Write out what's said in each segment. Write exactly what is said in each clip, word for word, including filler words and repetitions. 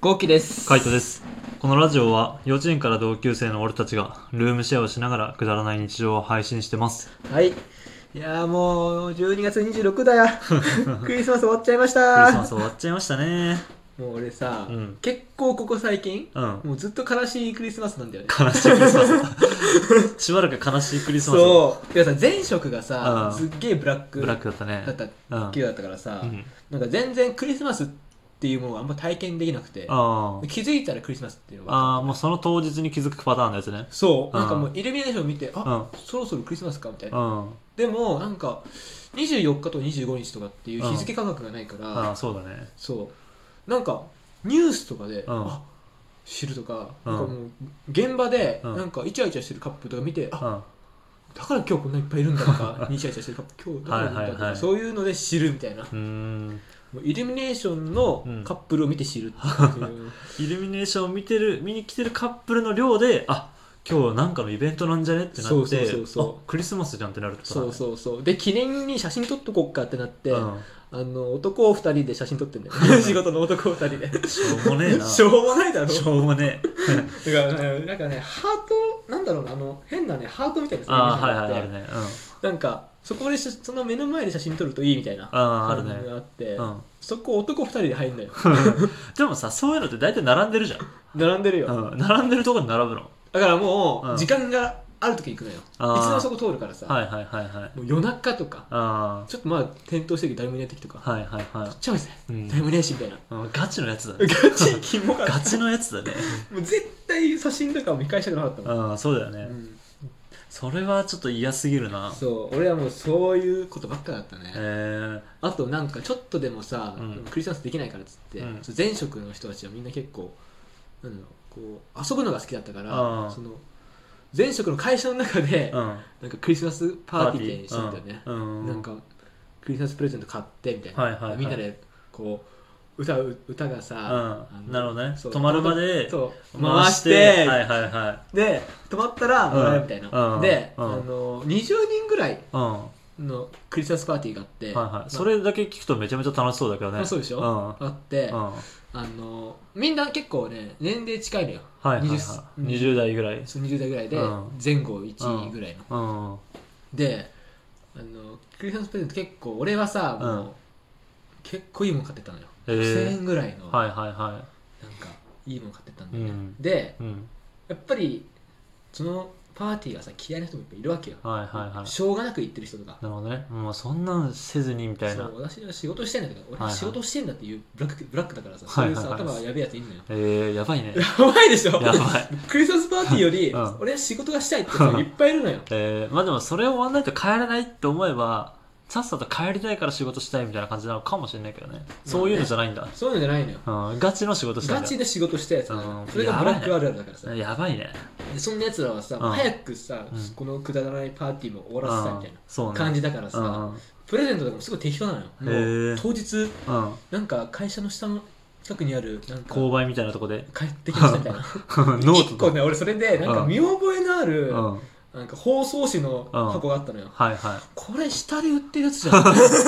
こうきです。 カイトです。このラジオは幼稚園から同級生の俺たちがルームシェアをしながらくだらない日常を配信してます。 はい。いやーもうじゅうにがつにじゅうろくだよ。クリスマス終わっちゃいましたクリスマス終わっちゃいましたね。 もう俺さ、 うん、 結構ここ最近、 うん、 もうずっと悲しいクリスマスなんだよね。 悲しいクリスマスしばらく悲しいクリスマス。 そういやさ、前職がさ、 うん、 すっげえブラックブラックだったね。 だった企業だったからさ、 うん、 なんか全然クリスマスっていうものがあんま体験できなくて、 あ気づいたらクリスマスっていうのがああ、もうその当日に気づくパターンのやつね。 そう、 うん、 なんかもうイルミネーション見て、あ、 うん、 そろそろクリスマスかみたいな、 うん、 でもなんかにじゅうよっかとにじゅうごにちとかっていう日付感覚がないから、 うん、ああそうだね。 そうなんかニュースとかで、 うん、 あ知るとか、 うん、 なんかもう現場でうんなんかイチャイチャしてるカップルとか見て、あ、 うん、 だから今日こんないっぱいいるんだとかイチャイチャしてるカップル今日だからいるんだとか、 はいはいはい、 そういうので知るみたいな、 うーん、 もうイルミネーションのカップルを見て知るっていう、 イルミネーションを見てる見に来てるカップルの量で、あ、今日なんかのイベントなんじゃねってなって、 そうそうそうそう、 あ、クリスマスじゃんってなると、 そうそうそう、で記念に写真撮っとこっかってなって、 うん、 あの男ふたりで写真撮ってんだよね。仕事の男ふたりでしょうもねえなしょうもないだろ。 しょうもねえだからね、なんかね、ハートなんだろうな、あの変なねハートみたいなああ、 写真があって、 はいはい、あるね。うん、 なんかそこでその目の前で写真撮るといいみたいなあーあるね感じがあって、 うん、 そこ男ふたりで入んだよ。 でもさ、そういうのって大体並んでるじゃん。 並んでるよ、 うん、並んでるところに並ぶの。 だからもう、 うん時間がある時行くのよ。いつであーもそこ通るからさ、 はいはいはいはい。 もう夜中とかあちょっとまあ点灯してるけど誰もいない時とか、 あ、はいはいは撮っちゃうぜ、 い。うん誰もいねえしみたいな。 うん、ガチのやつだね。 ガチキモかった。 ガチのやつだね。 もう絶対写真とかを見返したくなかったもん、 うん、そうだよね。 うんそれはちょっと嫌すぎるな。 そう俺はもうそういうことばっかだったね、 えあとなんかちょっとでもさ、 うんクリスマスできないからっつって、 うんその前職の人たちはみんな結構なんだろう、こう遊ぶのが好きだったからあーその前職の会社の中で、 ー、うん。 なんかクリスマスパーティーみたいにしてんだよね、 うんうん、 なんかクリスマスプレゼント買ってみたいな、 はいはいはい、 みんなでこう歌う歌がさ、 うん、 あのなるほどね。 そう止まるまでそう回し回してて、 はいはいはで止まったらもらえるみたいな、 うんで、 うんあのにじゅうにんぐらいい。うんのクリスマスパーティーがあって、 はいはい、 まあそれだけ聞くとめちゃめちゃ楽しそうだけどね。 まあそうでしょ、 うんあって、 うん、 あのみんな結構ね年齢近いのよ、 はいはいはい、 にじゅうにじゅう代ぐらい。 そうにじゅう代ぐらいで、 うん前後いちいぐらいの、 うんうん、 であのクリスマスプレゼント結構俺はさ、もううん結構いいもの買ってたのよ、 へーせんえんぐらいの、 はいはいはなんかいいもの買ってたんだよね、 うんでい。うん、 やっぱりそのパーティーがさ嫌いな人もいっぱいいるわけよ、 はいはいはい。 しょうがなく行ってる人とか、 なるほどね。もうそんなんせずにみたいな。 そう私は仕事してんだけど俺ははいはい仕事してんだっていうブラックブラックだからさ、 はいはいはいそういうさ頭がやべえやついんのよ、 えー、やばいね。 やばいでしょやばい。 クリスマスパーティーより、 うん俺は仕事がしたいって人いっぱいいるのよえー、まあでもそれを終わんないと帰らないって思えば、さっさと帰りたいから仕事したいみたいな感じなのかもしれないけどね。そういうのじゃないんだ。 そういうのじゃないのよ、 うん、ガチの仕事したいんだ。 ガチで仕事したやつなのよ、 うんそれがブラックあるあるだからさ、 やばいね。 でそんなやつらはさ、 うん早くさ、 うんこのくだらないパーティーも終わらせたいみたいうんそうねな感じだからさ、 うんプレゼントとかもすごい適当なのよ、もへーう当日うん、 なんか会社の下の近くにあるなんか購買みたいなとこで帰ってきましたみたいなノートと一個ね俺それでなんか見覚えのある、 うん、はいなんか包装紙の箱があったのよ、 はい。 これ下で売ってるやつじゃん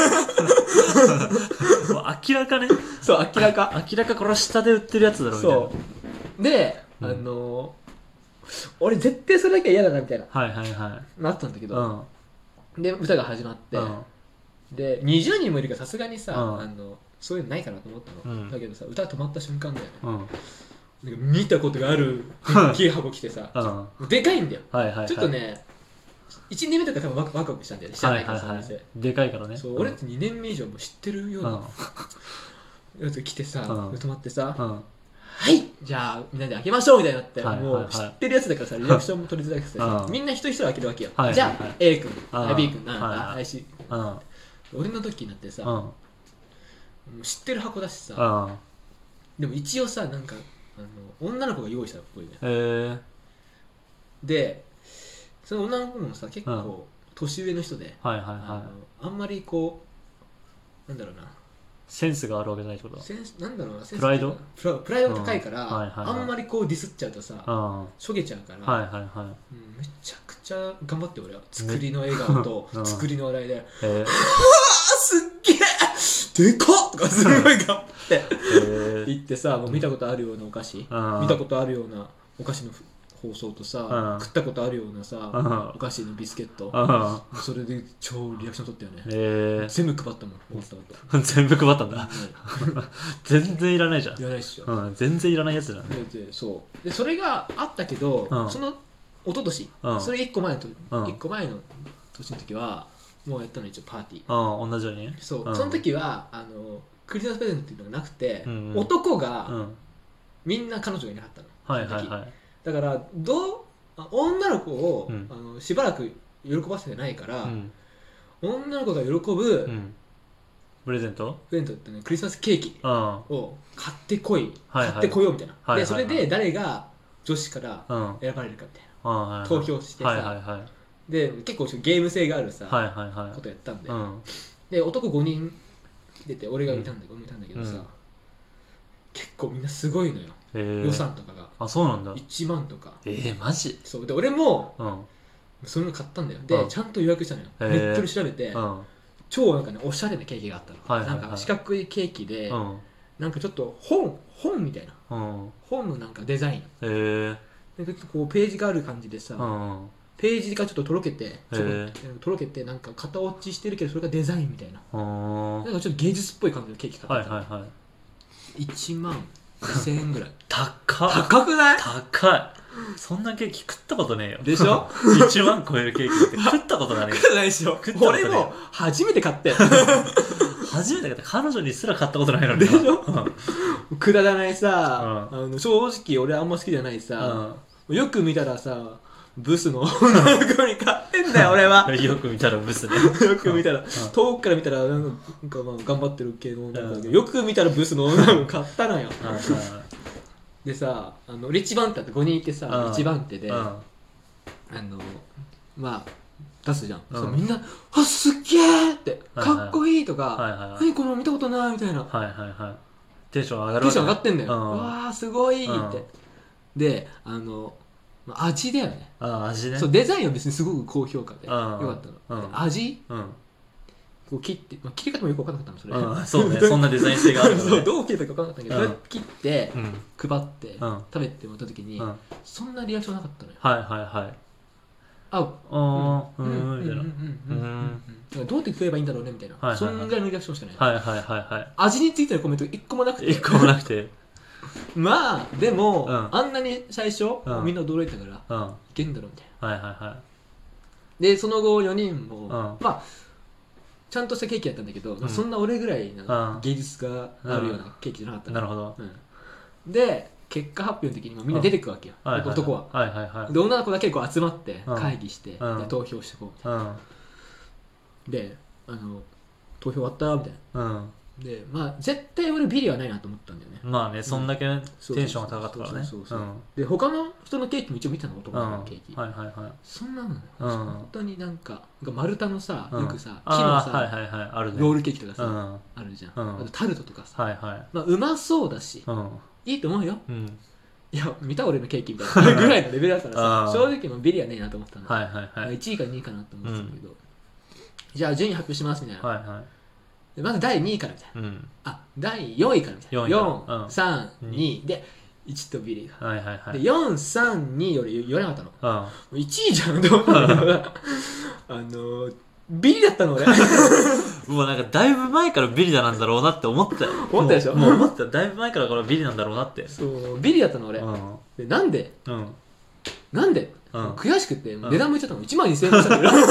もう明らかね。 そう明らか明らかこれは下で売ってるやつだろみたいな。 そうで、 うんあの俺絶対それだけは嫌だなみたいなはいはいはなったんだけい。うど、 ん。 で歌が始まって、 うんでにじゅうにんもいるからさすがにさ、 うんあのそういうのないかなと思ったの、 うんだけどさ歌止まった瞬間だよね、 うん。 なんか見たことがある大きい箱来てさうん。 でかいんだよ、 はいはいはい。 ちょっとねいちねんめとか多分ワクワクワクしたんだよね知らないからさ、 はいはいはお店い。でかいからね。 そう俺ってにねんめ以上も知ってるよううん。 なやつ来てさ、 うん止まってさ、 うん。 はいじゃあみんなで開けましょうみたいになって、 はいはいはいもう知ってるやつだからさリアクションも取りづらくてさ、 うんみんな一人一人開けるわけよ、 はいはいはいじゃあ A 君、 うんあ B 君、あ、 はいはいあ C うん。 俺の時になってさ、 うん。 もう知ってる箱だしさ、 うん。 でも一応さなんかあの女の子が用意したっぽいねえー。 でその女の子もさ結うん構年上の人で、 はいはいあはい。 のあんまりこうなんだろうなセンスがあるわけじゃないってこと。 センスなんだろうなセンスプライドプラプライドが高いから、 うんはいはいはいあんまりこうディスっちゃうとさ、 うん。はしょげちゃうから、 いはいはい。 うんめちゃくちゃ頑張って俺は作りの笑顔とうん作りの笑いで、 えー、 あーすっげえでかっとかすごい頑張ってへえ言ってさ、もう見たことあるようなお菓子、 うん見たことあるようなお菓子の包装とさ、 うん食ったことあるようなさ、 うんお菓子のビスケット、 うんそれで超リアクション取ったよね。 へえ全部配ったもん、終わった後。 全部配ったんだうん全然いらないじゃんいらないっしょ。 うん全然いらないやつだねででそうでそれがあったけど、 うんその一昨年、 うんそれいっこまえのと、 うんいっこまえの年の時はもうやったの一応パーティー。 うん同じようにそう、 うんその時はあのクリスマスプレゼントっていうのがなくて、 うんうん男うがんみんな彼女がいなかったの。 はいはいその時はいだからどうあ女の子を、 うんあのしばらく喜ばせてないから、 うん女の子が喜ぶうんプレゼントプレゼントってねクリスマスケーキうんを買ってこい、 はいはい買ってこようみたいな、 はいはいはいでそれで誰が女子からうん選ばれるかみたいな、 はいはいはい投票してさ、 はいはいはいで結構ゲーム性があるさ、 はいはいはいことやったんで、 うんで男ごにん出て俺がいたんだ,、俺もいたんだけどさ、 うん結構みんなすごいのよ、 へえ予算とかがあそうなんだいちまんとか。 えー、マジそうで俺もうんそれの買ったんだよ。で、 うんちゃんと予約したのよ。ネへーットで調べて、 うん超なんかねおしゃれなケーキがあったの、 はいはいはいなんか四角いケーキで、 うんなんかちょっと本本みたいなうん本のなんかデザインへえでちょっとこうページがある感じでさ、 うんページがちょっととろけてへーそことろけてなんか型落ちしてるけどそれがデザインみたいなうんなんかちょっと芸術っぽい感じのケーキ買ったの、 はいはいはいいちまんにせんえんぐらい高っ高くない高いそんなケーキ食ったことねえよでしょいちまん超えるケーキなんて食ったことがね食ってないでしょ食ったことない俺も初めて買ってえ初めて買った彼女にすら買ったことないのにでしょうんくだらないさ、 うあの正直俺あんま好きじゃないさ、よく見たらさブスの女の子に買ってんだよ俺はうんよく見たらブスねよく見たら、遠くから見たらなんかなんかまあ頑張ってる系の女の子だけど、よく見たらブスの女の子買ったのよはいはいでさあの俺いちばん手ってごにんいてさうんいちばん手で、 うんあのまあ出すじゃん、 うんそしたらみんな「あすっげえ!」って「 はいはいかっこいい!」とかはいはい 「何この見たことない!」みたいなはいはいはいテンション上がるテンション上わがってんだよ、 うんうわーすごいって、 うんであのまあ味だよねああ味ねそうデザインは別にすごく高評価でようんかったの、 うんで味うんこう切って、まあ、切り方もよく分かんなかったのそれ、 うんそうねそんなデザイン性があるのねそうどう切ればいいか分かんなかったけど、 うんそれ切ってうん配って、 うん食べてもらった時に、 うんはいそんなリアクションなかったのよはいはいああーううんんみたいなうんうんうんうんだからどうやって食えばいいんだろうねみたいな、 はいはいはいそんぐらいのリアクションしかない、 はいはいはいは味についてのコメント一個もなくてい一個もなくてまあでも、 うんあんなに最初、 うんみんな驚いたからうんはいいけんだろうみたいなはいはでその後よにんも、 んまあちゃんとしたケーキやったんだけど、まあうんそんな俺ぐらいなうん芸術があるようなケーキじゃなかったのいなるほどうん、で結果発表の時にもみんな出てくわけよ、 はいはいはい男ははいはいはいで女の子だけこう集まってうん会議して、 うんで投票してこううんであの投票終わったみたいうんなでまあ絶対俺ビリはないなと思ったんだよねまあねそんだけそうテンションが高かったからねそうそうそううんで他の人のケーキも一応見たの男うんの子のケーキ、 はいはいはいそんなのよ、 うん本当になんかなんか丸太のさ、 うんよくさ木のあさ、 ーはいはいはいあるねロールケーキとかさ、 うんあるじゃん、 うんあとタルトとかさ、 はいはいまあ、うまそうだし、 うんいいと思うようんいや見た俺のケーキみたいなぐらいのレベルだからさあー正直もうビリはねえなと思ったの、 はいはいはいいちいかにいかなと思ってたんだけど、じゃあ順位発表しますみたいな、 はいはでまずだいにいからみたいな、 いうんあだいよんいからみたいなよんいからうんよん、さん、にでいちとビリが、 はいはいはいでよん、さん、により言わなかったのもうんういちいじゃんと思ったんだけどあのー、ビリだったの俺もうなんかだいぶ前からビリだなんだろうなって思ったよ思ったでしょもうもう思っただいぶ前からこれビリなんだろうなってそうビリだったの俺、 うんでなんでうんなんで、 うん悔しくてん値段も言っちゃったのいちまんにせんえんもしたんだけど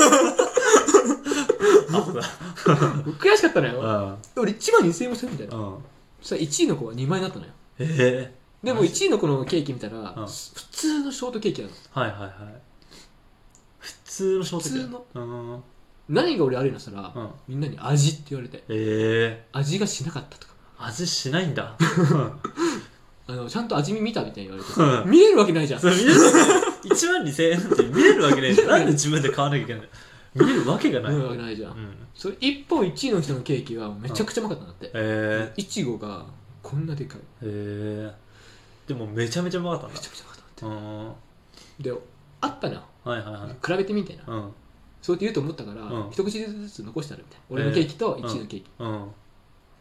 あそうだ悔しかったのよ、 うん俺いちまんにせんえんもしたみたいな、 うんそしたらいちいの子はにまいになったのよええでもいちいの子のケーキ見たら、 ん普通のショートケーキなのはいはいはい普通のショートケーキ普通のうん何が俺悪いのしたら、 うんみんなに味って言われてええ味がしなかったとか味しないんだあのちゃんと味見見たみたいに言われてさ、 うん見れるわけないじゃんそれ見れるいちまんにせんえんって見れるわけないじゃんなんで自分で買わなきゃいけないの見れるわけがない見れるわけないじゃん、 うんそれ一方いちいの人のケーキはめちゃくちゃうまかったんだって、 えいちごがこんなでかいえへえでもめちゃめちゃうまかったんだめちゃくちゃうまかったんだうんはってであったのよいはいはい比べてみたいな、 うんそうやって言うと思ったから、 うん一口ずつ残してあるみたいな俺のケーキといちいのケーキ、 うん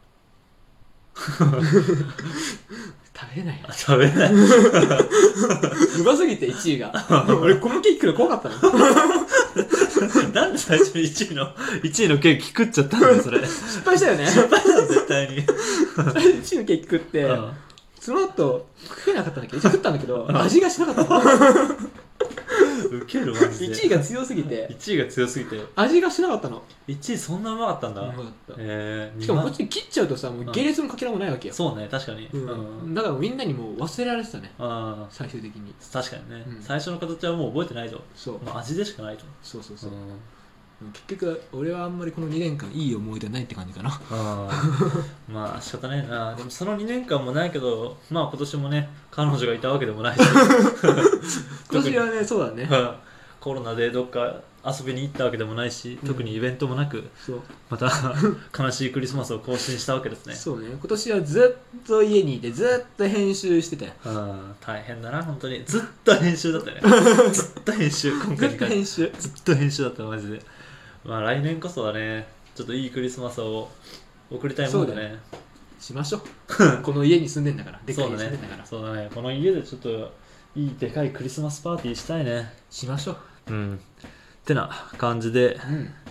食べれないよ。 食べれない。 うますぎていちいが。俺このケーキ来るの怖かったの。 なんで最初にいちいのいちいのケーキ食っちゃったんだよそれ。 失敗したよね。 失敗だよ絶対に。 いちいのケーキ食って、 うんその後食えなかったんだけど、一応食ったんだけど、味がしなかったの。 ウケるマジで。 いちいが強すぎていちいが強すぎて味がしなかったの。 いちいそんなうまかったんだ。 うまかったえー、 しかもこっちに切っちゃうとさ、もう下列のかけらもないわけよ。 そうね確かに、 うんうんだからみんなにもう忘れられてたね、 あー最終的に。 確かにね、 うん最初の形はもう覚えてないと。 そうもう味でしかないと。 そうそうそう、 ん結局俺はあんまりこのにねんかんいい思い出はないって感じかな。 あーまあ仕方ないな。でもそのにねんかんもないけど、まあ今年もね彼女がいたわけでもないし今年はね、そうだね。 コロナでどっか遊びに行ったわけでもないし、特にイベントもなくそうまた悲しいクリスマスを更新したわけですね。 そうね、今年はずっと家にいてずっと編集してて、 うん大変だな本当に。ずっと編集だったよね。ずっと編集今ずっと回に関して編集ずっと編集だったマジで。まあ来年こそはねちょっといいクリスマスを送りたいもんだね。 しましょう。この家に住んでんだから、でっかいそうだね家に住んでんだから、 そうだねこの家でちょっといいでかいクリスマスパーティーしたいね。 しましょう。 うんってな感じでうん